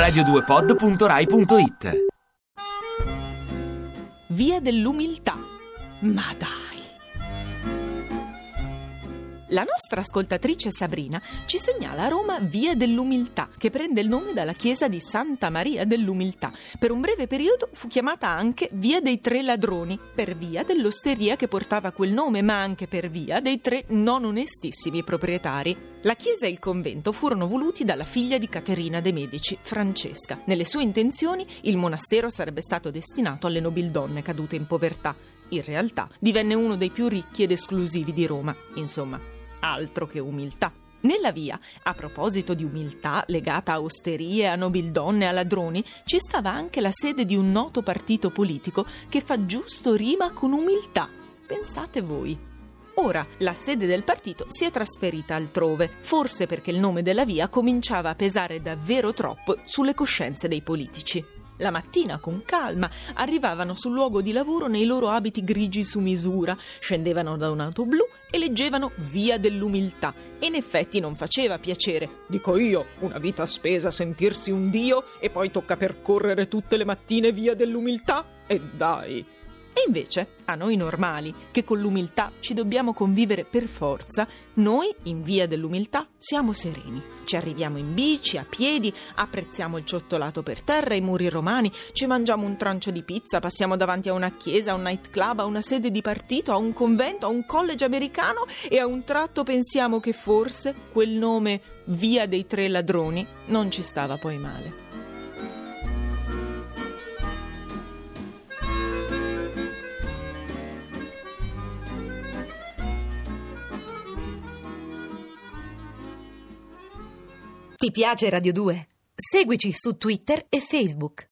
radio2pod.rai.it. Via dell'Umiltà. Ma dai! La nostra ascoltatrice Sabrina ci segnala a Roma Via dell'Umiltà, che prende il nome dalla chiesa di Santa Maria dell'Umiltà. Per un breve periodo fu chiamata anche Via dei Tre Ladroni, per via dell'osteria che portava quel nome, ma anche per via dei tre non onestissimi proprietari. La chiesa e il convento furono voluti dalla figlia di Caterina de' Medici, Francesca. Nelle sue intenzioni il monastero sarebbe stato destinato alle nobildonne cadute in povertà. In realtà divenne uno dei più ricchi ed esclusivi di Roma. Insomma, altro che umiltà. Nella via, a proposito di umiltà legata a osterie, a nobildonne, a ladroni, ci stava anche la sede di un noto partito politico che fa giusto rima con umiltà. Pensate voi. Ora la sede del partito si è trasferita altrove, forse perché il nome della via cominciava a pesare davvero troppo sulle coscienze dei politici. La mattina, con calma, arrivavano sul luogo di lavoro nei loro abiti grigi su misura, scendevano da un'auto blu e leggevano Via dell'Umiltà. E in effetti non faceva piacere. Dico io, una vita spesa a sentirsi un dio e poi tocca percorrere tutte le mattine Via dell'Umiltà? E dai! E invece, a noi normali, che con l'umiltà ci dobbiamo convivere per forza, noi, in Via dell'Umiltà, siamo sereni. Ci arriviamo in bici, a piedi, apprezziamo il ciottolato per terra, i muri romani, ci mangiamo un trancio di pizza, passiamo davanti a una chiesa, a un nightclub, a una sede di partito, a un convento, a un college americano e a un tratto pensiamo che forse quel nome Via dei Tre Ladroni non ci stava poi male. Ti piace Radio 2? Seguici su Twitter e Facebook.